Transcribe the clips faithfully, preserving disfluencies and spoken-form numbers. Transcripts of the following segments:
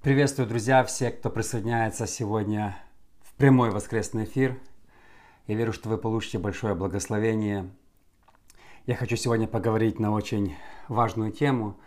Приветствую, друзья, все, кто присоединяется сегодня в прямой воскресный эфир. Я верю, что вы получите большое благословение. Я хочу сегодня поговорить на очень важную тему.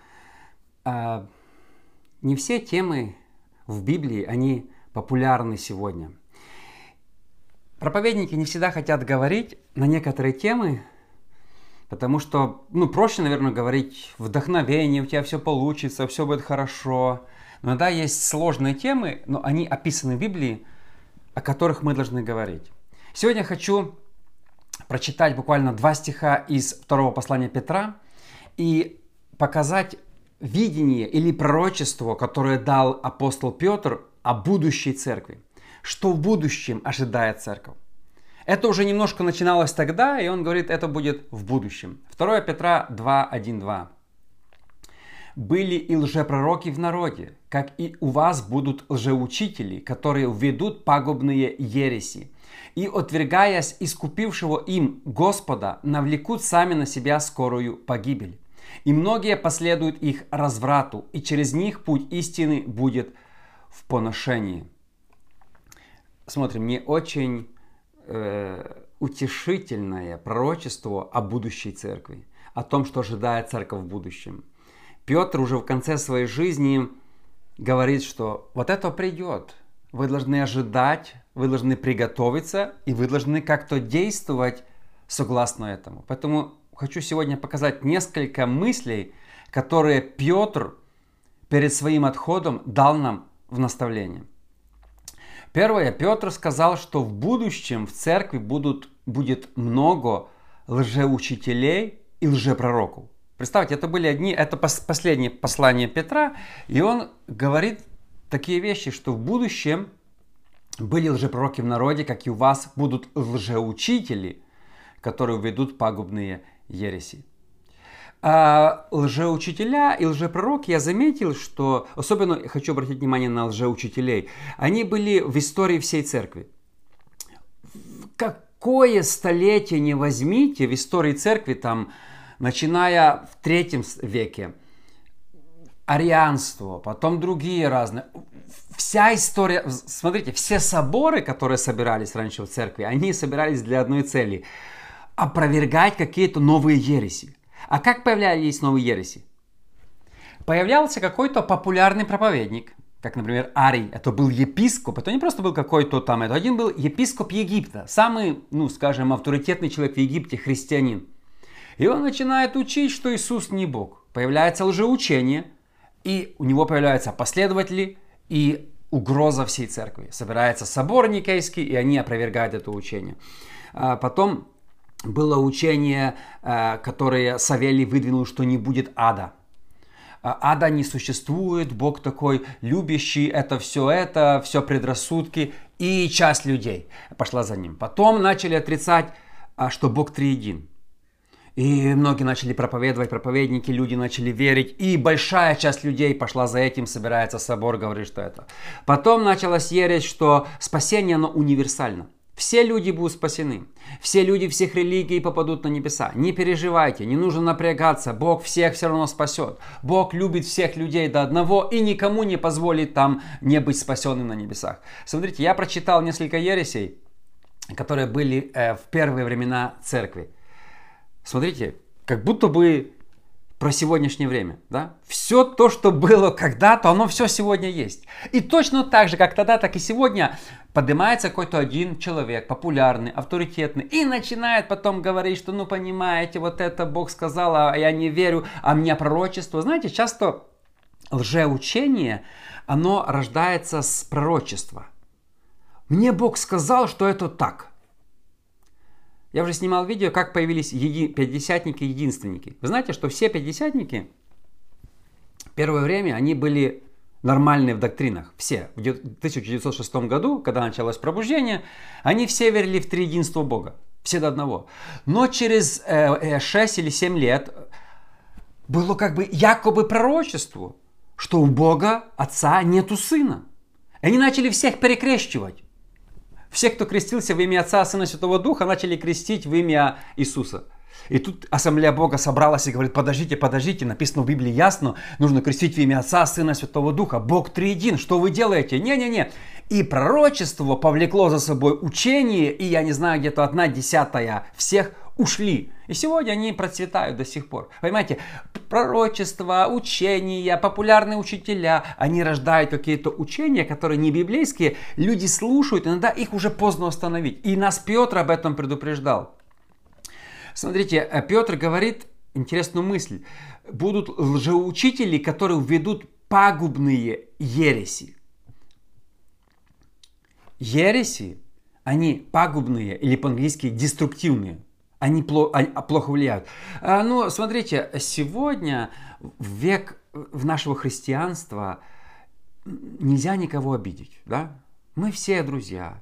Не все темы в Библии, они популярны сегодня. Проповедники не всегда хотят говорить на некоторые темы, потому что, ну, проще, наверное, говорить вдохновение, у тебя все получится, все будет хорошо. Но иногда есть сложные темы, но они описаны в Библии, о которых мы должны говорить. Сегодня я хочу прочитать буквально два стиха из второго послания Петра и показать видение или пророчество, которое дал апостол Петр о будущей церкви. Что в будущем ожидает церковь. Это уже немножко начиналось тогда, и он говорит, это будет в будущем. второе Петра два, один, два. «Были и лжепророки в народе, как и у вас будут лжеучители, которые введут пагубные ереси, и, отвергаясь искупившего им Господа, навлекут сами на себя скорую погибель. И многие последуют их разврату, и через них путь истины будет в поношении». Смотрим, мне очень э, утешительное пророчество о будущей церкви, о том, что ожидает церковь в будущем. Петр уже в конце своей жизни говорит, что вот это придет. Вы должны ожидать, вы должны приготовиться, и вы должны как-то действовать согласно этому. Поэтому хочу сегодня показать несколько мыслей, которые Петр перед своим отходом дал нам в наставление. Первое, Петр сказал, что в будущем в церкви будут, будет много лжеучителей и лжепророков. Представьте, это были одни, это последнее послание Петра, и он говорит такие вещи, что в будущем были лжепророки в народе, как и у вас будут лжеучители, которые ведут пагубные ереси. А лжеучителя и лжепророки, я заметил, что, особенно хочу обратить внимание на лжеучителей, они были в истории всей церкви. Какое столетие не возьмите в истории церкви, там, начиная в третьем веке, арианство, потом другие разные. Вся история, смотрите, все соборы, которые собирались раньше в церкви, они собирались для одной цели – опровергать какие-то новые ереси. А как появлялись новые ереси? Появлялся какой-то популярный проповедник, как, например, Арий, это был епископ, это не просто был какой-то там, это один был епископ Египта, самый, ну, скажем, авторитетный человек в Египте, христианин. И он начинает учить, что Иисус не Бог. Появляется лжеучение, и у него появляются последователи и угроза всей церкви. Собирается собор Никейский, и они опровергают это учение. А потом было учение, которое Савелий выдвинул, что не будет ада. Ада не существует, Бог такой любящий, это все это, все предрассудки, и часть людей пошла за ним. Потом начали отрицать, что Бог триедин. И многие начали проповедовать, проповедники, люди начали верить. И большая часть людей пошла за этим, собирается собор, говорит, что это. Потом началась ересь, что спасение, оно универсально. Все люди будут спасены. Все люди всех религий попадут на небеса. Не переживайте, не нужно напрягаться. Бог всех все равно спасет. Бог любит всех людей до одного и никому не позволит там не быть спасенным на небесах. Смотрите, я прочитал несколько ересей, которые были э, в первые времена церкви. Смотрите, как будто бы про сегодняшнее время. Да? Все то, что было когда-то, оно все сегодня есть. И точно так же, как тогда, так и сегодня, поднимается какой-то один человек, популярный, авторитетный, и начинает потом говорить, что, ну, понимаете, вот это Бог сказал, а я не верю, а мне пророчество. Знаете, часто лжеучение, оно рождается с пророчества. Мне Бог сказал, что это так. Я уже снимал видео, как появились еди... пятидесятники-единственники. Вы знаете, что все пятидесятники в первое время, они были нормальные в доктринах. Все. В тысяча девятьсот шестом году, когда началось пробуждение, они все верили в триединство Бога. Все до одного. Но через э, шесть или семь лет было как бы якобы пророчество, что у Бога, Отца, нету Сына. И они начали всех перекрещивать. Все, кто крестился в имя Отца, Сына, Святого Духа, начали крестить в имя Иисуса. И тут ассамблея Бога собралась и говорит: подождите, подождите, написано в Библии ясно, нужно крестить в имя Отца, Сына, Святого Духа. Бог триедин, что вы делаете? Не-не-не. И пророчество повлекло за собой учение, и я не знаю, где-то одна десятая всех ушли. И сегодня они процветают до сих пор. Понимаете, пророчество, учения, популярные учителя, они рождают какие-то учения, которые не библейские, люди слушают, иногда их уже поздно остановить. И нас Петр об этом предупреждал. Смотрите, Петр говорит интересную мысль. Будут лжеучители, которые введут пагубные ереси. Ереси, они пагубные или по-английски деструктивные. Они плохо влияют. Ну, смотрите, сегодня, в век в нашего христианства, нельзя никого обидеть. Да? Мы все друзья.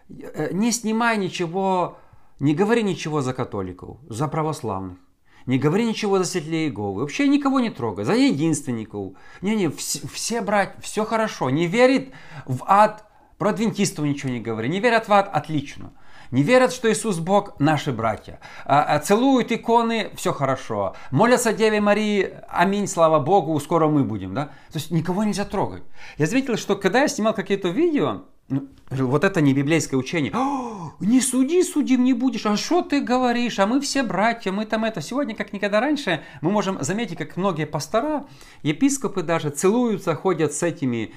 Не снимай ничего, не говори ничего за католиков, за православных. Не говори ничего за Святой Иеговы. Вообще никого не трогай. За единственников. Не-не, все, все брать, все хорошо. Не верит в ад, про адвентистов ничего не говори. Не верят в ад, отлично. Не верят, что Иисус Бог, наши братья. Целуют иконы, все хорошо. Молятся Деве Марии, аминь, слава Богу, скоро мы будем. Да? То есть никого нельзя трогать. Я заметил, что когда я снимал какие-то видео, ну, вот это не библейское учение. О, не суди, судим не будешь. А что ты говоришь? А мы все братья, мы там это. Сегодня, как никогда раньше, мы можем заметить, как многие пастора, епископы даже целуются, ходят с этими,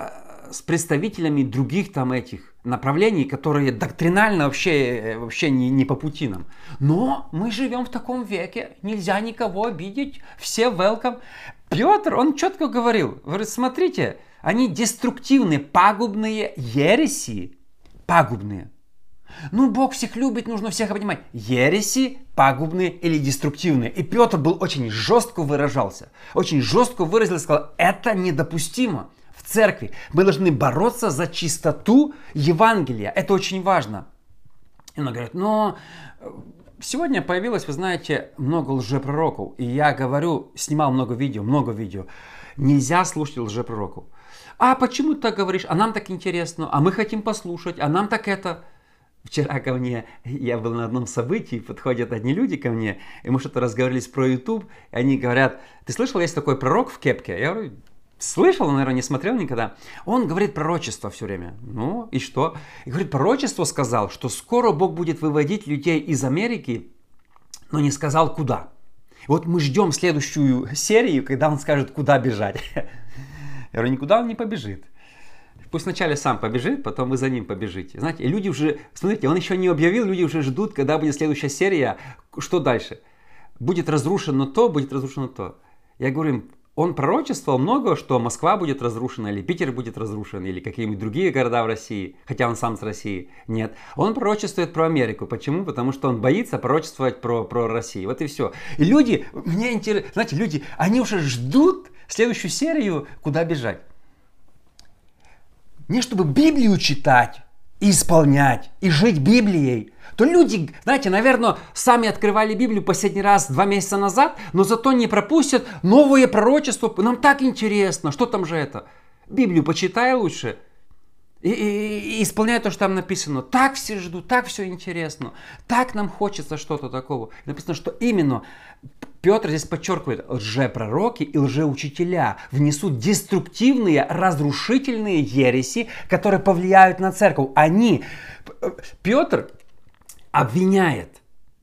с представителями других там этих направлений, которые доктринально вообще, вообще не, не по пути нам. Но мы живем в таком веке, нельзя никого обидеть, все welcome. Петр, он четко говорил, говорит, смотрите, они деструктивные, пагубные ереси, пагубные. Ну, Бог всех любит, нужно всех обнимать. Ереси пагубные или деструктивные. И Петр был очень жестко выражался, очень жестко выразился, сказал, это недопустимо. В церкви мы должны бороться за чистоту Евангелия. Это очень важно. И он говорит, но сегодня появилось, вы знаете, много лжепророков. И я говорю, снимал много видео, много видео. Нельзя слушать лжепророков. А почему ты так говоришь? А нам так интересно. А мы хотим послушать. А нам так это... Вчера ко мне, я был на одном событии, подходят одни люди ко мне, и мы что-то разговаривались про YouTube, и они говорят, ты слышал, есть такой пророк в кепке? Я говорю, слышал, наверное, не смотрел никогда. Он говорит пророчество все время. Ну, и что? И говорит, пророчество сказал, что скоро Бог будет выводить людей из Америки, но не сказал куда. Вот мы ждем следующую серию, когда он скажет, куда бежать. Я говорю, никуда он не побежит. Пусть вначале сам побежит, потом вы за ним побежите. Знаете, люди уже, смотрите, он еще не объявил, люди уже ждут, когда будет следующая серия, что дальше. Будет разрушено то, будет разрушено то. Я говорю им, он пророчествовал много, что Москва будет разрушена, или Питер будет разрушен, или какие-нибудь другие города в России, хотя он сам с России. Нет. Он пророчествует про Америку. Почему? Потому что он боится пророчествовать про, про Россию. Вот и все. И люди, мне интересно, знаете, люди, они уже ждут следующую серию, куда бежать. Не чтобы Библию читать и исполнять, и жить Библией, то люди, знаете, наверное, сами открывали Библию последний раз два месяца назад, но зато не пропустят новые пророчества. Нам так интересно, что там же это? Библию почитай лучше и, и, и исполняй то, что там написано. Так все ждут, так все интересно, так нам хочется что-то такого. Написано, что именно Петр здесь подчеркивает, лжепророки и лжеучителя внесут деструктивные, разрушительные ереси, которые повлияют на церковь. Они, Петр обвиняет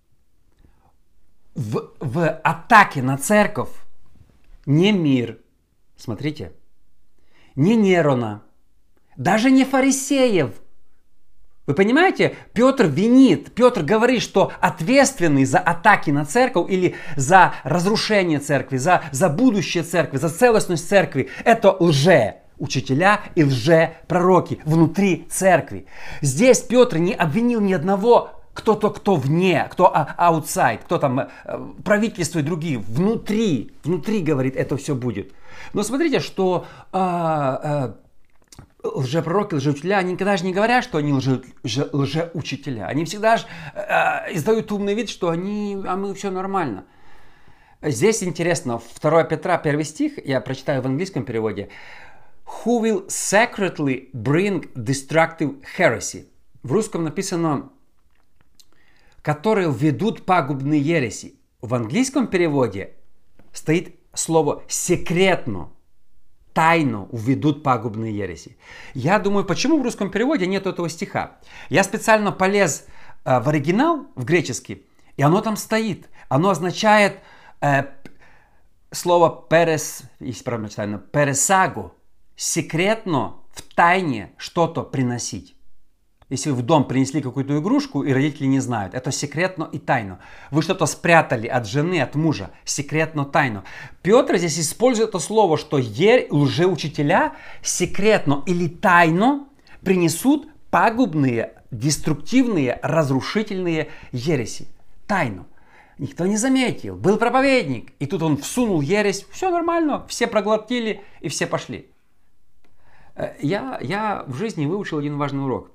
в, в атаке на церковь не мир, смотрите, не Нерона, даже не фарисеев. Вы понимаете, Петр винит, Петр говорит, что ответственный за атаки на церковь или за разрушение церкви, за, за будущее церкви, за целостность церкви, это лжеучителя и лжепророки внутри церкви. Здесь Петр не обвинил ни одного, кто-то, кто вне, кто outside, кто там правительство и другие, внутри, внутри, говорит, это все будет. Но смотрите, что... А, а, лжепророки, лжеучителя, они никогда же не говорят, что они лже, лже, лжеучителя. Они всегда же э, издают умный вид, что они, а мы все нормально. Здесь интересно, второе Петра, первый стих, я прочитаю в английском переводе. Who will secretly bring destructive heresy? В русском написано, которые ведут пагубные ереси. В английском переводе стоит слово «секретно», тайну ведут пагубные ереси. Я думаю, почему в русском переводе нет этого стиха? Я специально полез э, в оригинал, в греческий, и оно там стоит. Оно означает э, слово «перес», если правильно читаю, «пересаго», секретно, в тайне что-то приносить. Если вы в дом принесли какую-то игрушку, и родители не знают, это секретно и тайно. Вы что-то спрятали от жены, от мужа, секретно, тайно. Петр здесь использует это слово, что е- лжеучителя секретно или тайно принесут пагубные, деструктивные, разрушительные ереси. Тайно. Никто не заметил. Был проповедник, и тут он всунул ересь. Все нормально, все проглотили, и все пошли. Я, я в жизни выучил один важный урок.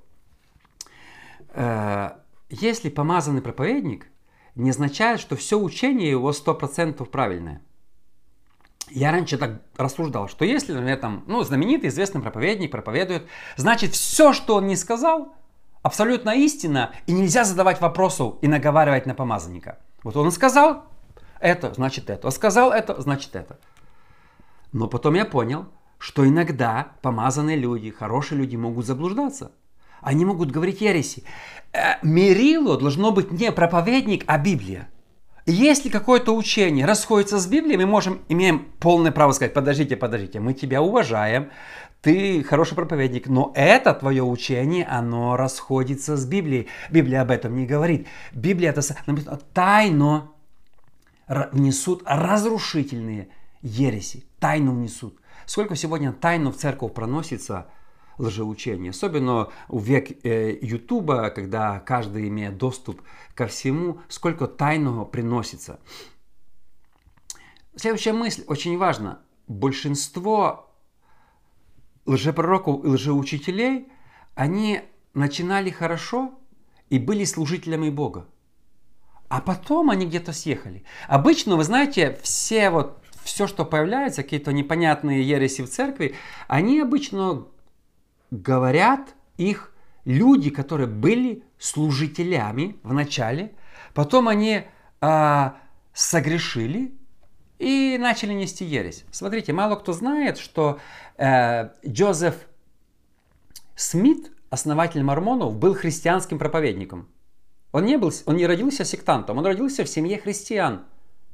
Если помазанный проповедник, не означает, что все учение его сто процентов правильное. Я раньше так рассуждал, что если, например, там, ну, знаменитый, известный проповедник проповедует, значит, все, что он не сказал, абсолютно истина, и нельзя задавать вопросов и наговаривать на помазанника. Вот он сказал это, значит это, он сказал это, значит это. Но потом я понял, что иногда помазанные люди, хорошие люди могут заблуждаться. Они могут говорить ереси. Мерило должно быть не проповедник, а Библия. Если какое-то учение расходится с Библией, мы можем, имеем полное право сказать: подождите, подождите, мы тебя уважаем, ты хороший проповедник, но это твое учение, оно расходится с Библией. Библия об этом не говорит. Библия это тайно внесут разрушительные ереси. Тайну внесут. Сколько сегодня тайну в церковь проносится лжеучение, особенно в век э, Ютуба, когда каждый имеет доступ ко всему, сколько тайного приносится. Следующая мысль очень важна. Большинство лжепророков и лжеучителей, они начинали хорошо и были служителями Бога. А потом они где-то съехали. Обычно, вы знаете, все вот, все, что появляется, какие-то непонятные ереси в церкви, они обычно говорят их люди, которые были служителями в начале, потом они э, согрешили и начали нести ересь. Смотрите, мало кто знает, что э, Джозеф Смит, основатель мормонов, был христианским проповедником. Он не, был, он не родился сектантом, он родился в семье христиан.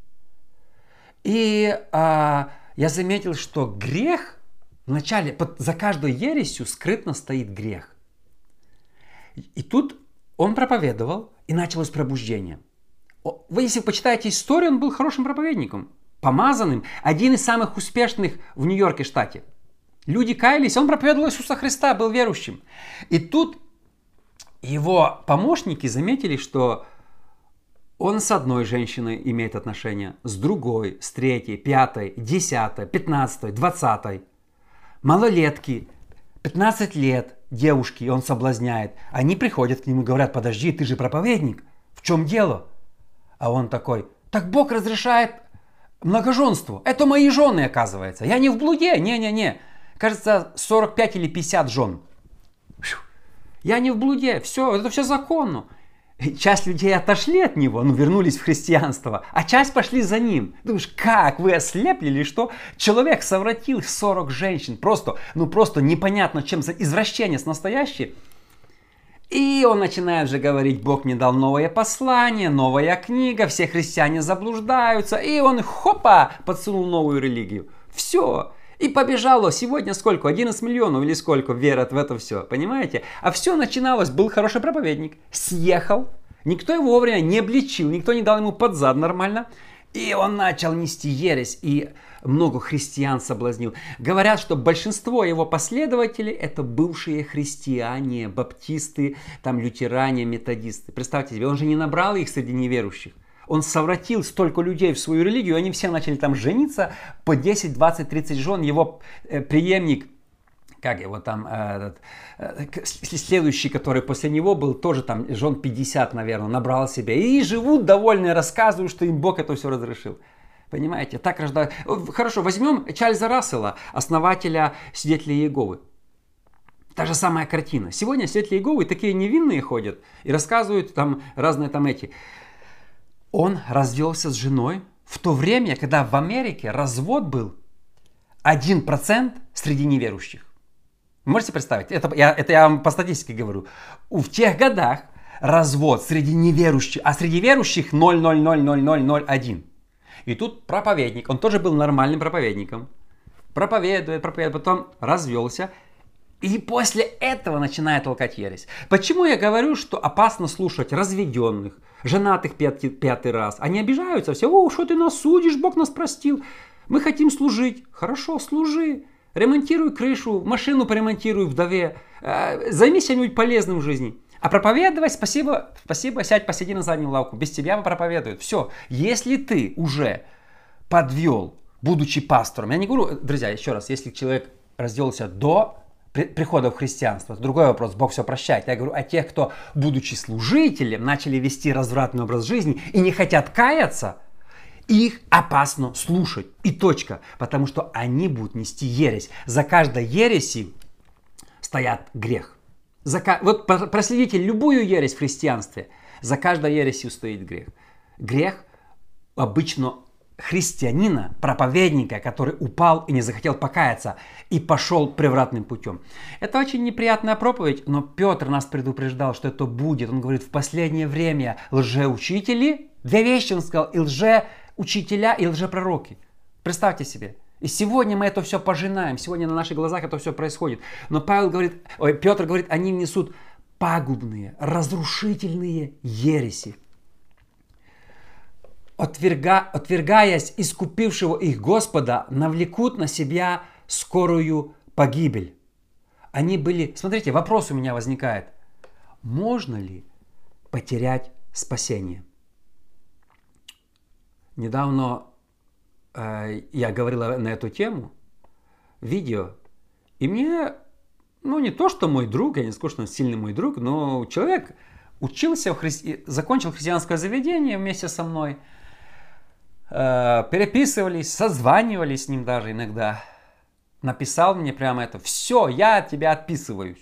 И э, я заметил, что грех вначале, за каждой ересью скрытно стоит грех. И тут он проповедовал, и началось пробуждение. Вы, если почитаете историю, он был хорошим проповедником, помазанным, один из самых успешных в Нью-Йорке штате. Люди каялись, он проповедовал Иисуса Христа, был верующим. И тут его помощники заметили, что он с одной женщиной имеет отношения, с другой, с третьей, пятой, десятой, пятнадцатой, двадцатой. Малолетки, пятнадцать лет, девушки, он соблазняет. Они приходят к нему и говорят: подожди, ты же проповедник, в чем дело? А он такой: так Бог разрешает многоженству. Это мои жены, оказывается. Я не в блуде, не-не-не. Кажется, сорок пять или пятьдесят жен. Я не в блуде, все, это все законно. Часть людей отошли от него, ну, вернулись в христианство, а часть пошли за ним. Думаешь, как, вы ослепли или что? Человек совратил сорок женщин, просто, ну, просто непонятно чем, извращенец настоящий. И он начинает же говорить: Бог мне дал новое послание, новая книга, все христиане заблуждаются. И он, хопа, подсунул новую религию. Все. И побежало. Сегодня сколько? одиннадцать миллионов или сколько верят в это все. Понимаете? А все начиналось. Был хороший проповедник. Съехал. Никто его вовремя не обличил. Никто не дал ему под зад нормально. И он начал нести ересь. И много христиан соблазнил. Говорят, что большинство его последователей это бывшие христиане, баптисты, там лютеране, методисты. Представьте себе, он же не набрал их среди неверующих. Он совратил столько людей в свою религию, они все начали там жениться по десять, двадцать, тридцать жен. Его э, преемник, как его там, э, э, следующий, который после него был, тоже там жен пятьдесят, наверное, набрал себе. И живут довольные, рассказывают, что им Бог это все разрешил. Понимаете, так рождают. Хорошо, возьмем Чарльза Рассела, основателя Свидетелей Иеговы. Та же самая картина. Сегодня свидетели Иеговы такие невинные ходят и рассказывают там разные там эти. Он развелся с женой в то время, когда в Америке развод был один процент среди неверующих. Можете представить? Это я, это я вам по статистике говорю. В тех годах развод среди неверующих, а среди верующих ноль целых ноль ноль ноль ноль ноль один. И тут проповедник, он тоже был нормальным проповедником. Проповедует, проповедует, потом развелся. И после этого начинает толкать ересь. Почему я говорю, что опасно слушать разведенных, женатых пятый, пятый раз? Они обижаются все. О, что ты нас судишь, Бог нас простил. Мы хотим служить. Хорошо, служи. Ремонтируй крышу, машину поремонтируй вдове. Займись чем-нибудь полезным в жизни. А проповедовать, спасибо, спасибо, сядь, посиди на заднюю лавку. Без тебя проповедуют. Все. Если ты уже подвел, будучи пастором, я не говорю, друзья, еще раз, если человек развелся до прихода в христианство, это другой вопрос, Бог все прощает. Я говорю о тех, кто, будучи служителем, начали вести развратный образ жизни и не хотят каяться, их опасно слушать. И точка. Потому что они будут нести ересь. За каждой ересью стоят грех. За, вот проследите любую ересь в христианстве. За каждой ересью стоит грех. Грех обычно христианина, проповедника, который упал и не захотел покаяться и пошел превратным путем. Это очень неприятная проповедь, но Петр нас предупреждал, что это будет. Он говорит, в последнее время лжеучители, две вещи он сказал, и лжеучителя, и лжепророки. Представьте себе. И сегодня мы это все пожинаем, сегодня на наших глазах это все происходит. Но Павел говорит, ой, Петр говорит, они внесут пагубные, разрушительные ереси. Отверга, отвергаясь искупившего их Господа, навлекут на себя скорую погибель. Они были... Смотрите, вопрос у меня возникает. Можно ли потерять спасение? Недавно э, я говорил на эту тему, видео, и мне, ну не то, что мой друг, я не скажу, что он сильный мой друг, но человек учился, в хри... закончил христианское заведение вместе со мной, переписывались, созванивались с ним даже иногда. Написал мне прямо это. Все, я от тебя отписываюсь.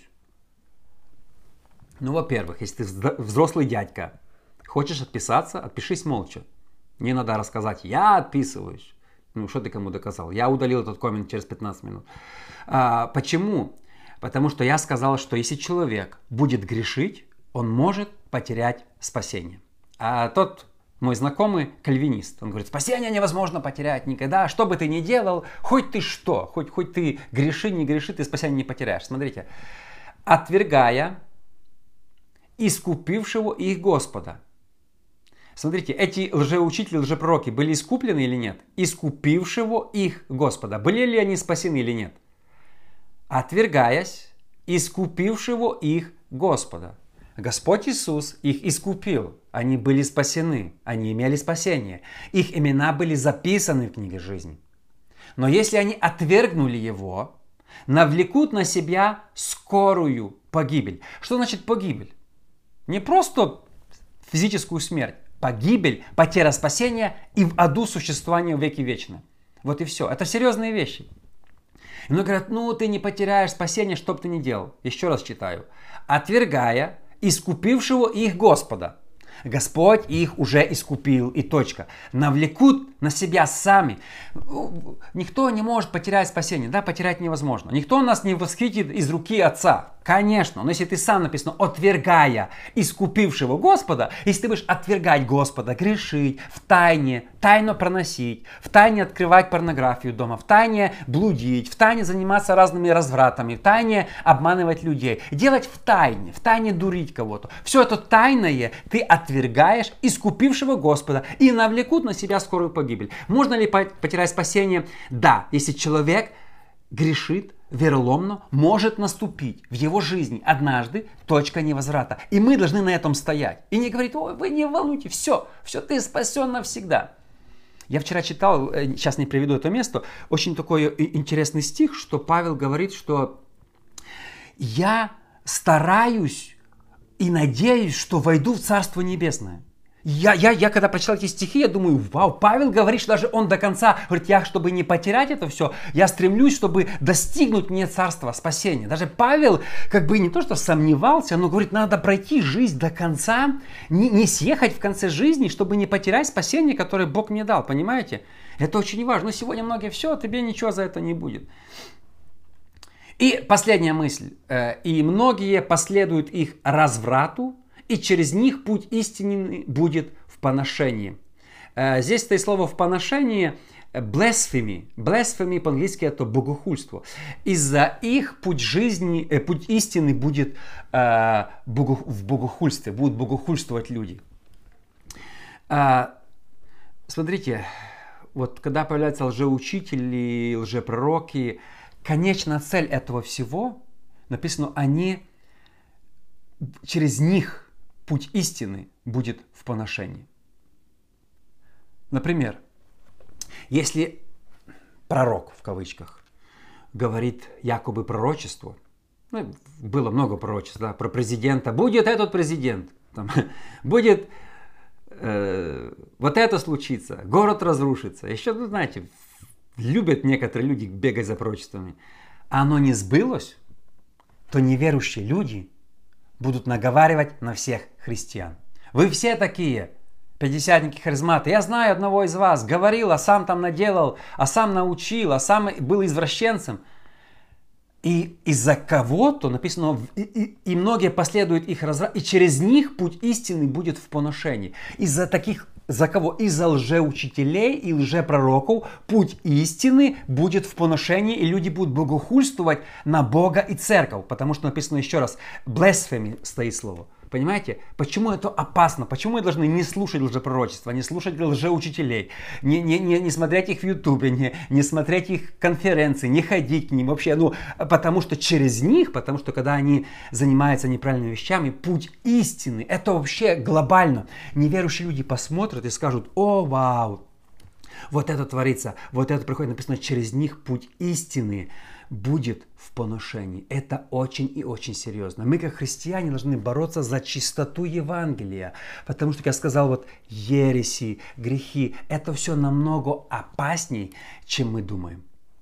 Ну, во-первых, если ты взрослый дядька, хочешь отписаться, отпишись молча. Не надо рассказать, я отписываюсь. Ну, что ты кому доказал? Я удалил этот коммент через пятнадцать минут. А, почему? Потому что я сказал, что если человек будет грешить, он может потерять спасение. А тот... Мой знакомый кальвинист, он говорит, спасение невозможно потерять никогда, что бы ты ни делал, хоть ты что, хоть, хоть ты греши, не греши, ты спасение не потеряешь. Смотрите, отвергая искупившего их Господа. Смотрите, эти лжеучители, лжепророки были искуплены или нет? Искупившего их Господа. Были ли они спасены или нет? Отвергаясь искупившего их Господа. Господь Иисус их искупил, они были спасены, они имели спасение, их имена были записаны в книге жизни. Но если они отвергнули Его, навлекут на себя скорую погибель. Что значит погибель? Не просто физическую смерть, погибель, потеря спасения и в аду существование в веки вечное. Вот и все. Это серьезные вещи. И многие говорят, ну ты не потеряешь спасение, что бы ты ни делал. Еще раз читаю. Отвергая искупившего их Господа. Господь их уже искупил, и точка. Навлекут на себя сами. Никто не может потерять спасение. Да, потерять невозможно. Никто нас не восхитит из руки Отца. Конечно, но если ты сам написано, отвергая искупившего Господа, если ты будешь отвергать Господа, грешить, в тайне, тайно проносить, в тайне открывать порнографию дома, в тайне блудить, в тайне заниматься разными развратами, в тайне обманывать людей, делать в тайне, в тайне дурить кого-то. Все это тайное ты отвергаешь искупившего Господа и навлекут на себя скорую погибель. Можно ли потерять спасение? Да, если человек грешит, вероломно, может наступить в его жизни однажды точка невозврата. И мы должны на этом стоять. И не говорить, ой, вы не волнуйтесь, все, все, ты спасен навсегда. Я вчера читал, сейчас не приведу это место, очень такой интересный стих, что Павел говорит, что я стараюсь и надеюсь, что войду в Царство Небесное. Я, я, я когда прочитал эти стихи, я думаю, вау, Павел говорит, что даже он до конца, говорит, я, чтобы не потерять это все, я стремлюсь, чтобы достигнуть мне царства спасения. Даже Павел как бы не то, что сомневался, но говорит, надо пройти жизнь до конца, не, не съехать в конце жизни, чтобы не потерять спасение, которое Бог мне дал, понимаете? Это очень важно. Но сегодня многие, все, тебе ничего за это не будет. И последняя мысль. И многие последуют их разврату, и через них путь истинный будет в поношении. Здесь стоит слово в поношении blasphemy. Blasphemy по-английски это богохульство. Из-за их путь жизни, путь истины будет в богохульстве, будут богохульствовать люди. Смотрите, вот когда появляются лжеучители, лжепророки, конечная цель этого всего, написано, они, через них путь истины будет в поношении. Например, если пророк, в кавычках, говорит якобы пророчество, ну, было много пророчеств, да, про президента, будет этот президент, там, будет э, вот это случится, город разрушится. Еще, ну, знаете, любят некоторые люди бегать за пророчествами. А оно не сбылось, то неверующие люди будут наговаривать на всех христиан. Вы все такие, пятидесятники, харизматы. Я знаю одного из вас, говорил, а сам там наделал, а сам научил, а сам был извращенцем. И из-за кого-то написано, и, и, и многие последуют их разврат, и через них путь истины будет в поношении. Из-за таких, за кого? Из-за лжеучителей и лжепророков путь истины будет в поношении, и люди будут богохульствовать на Бога и церковь. Потому что написано еще раз, blasphemy стоит слово. Понимаете? Почему это опасно? Почему мы должны не слушать лжепророчества, не слушать лжеучителей, не, не, не, не смотреть их в Ютубе, не, не смотреть их конференции, не ходить к ним вообще? Ну, потому что через них, потому что когда они занимаются неправильными вещами, путь истины, это вообще глобально. Неверующие люди посмотрят и скажут, о, вау, вот это творится, вот это приходит, написано, через них путь истины будет в поношении. Это очень и очень серьезно. Мы, как христиане, должны бороться за чистоту Евангелия. Потому что, как я сказал, вот ереси, грехи, это все намного опасней, чем мы думаем.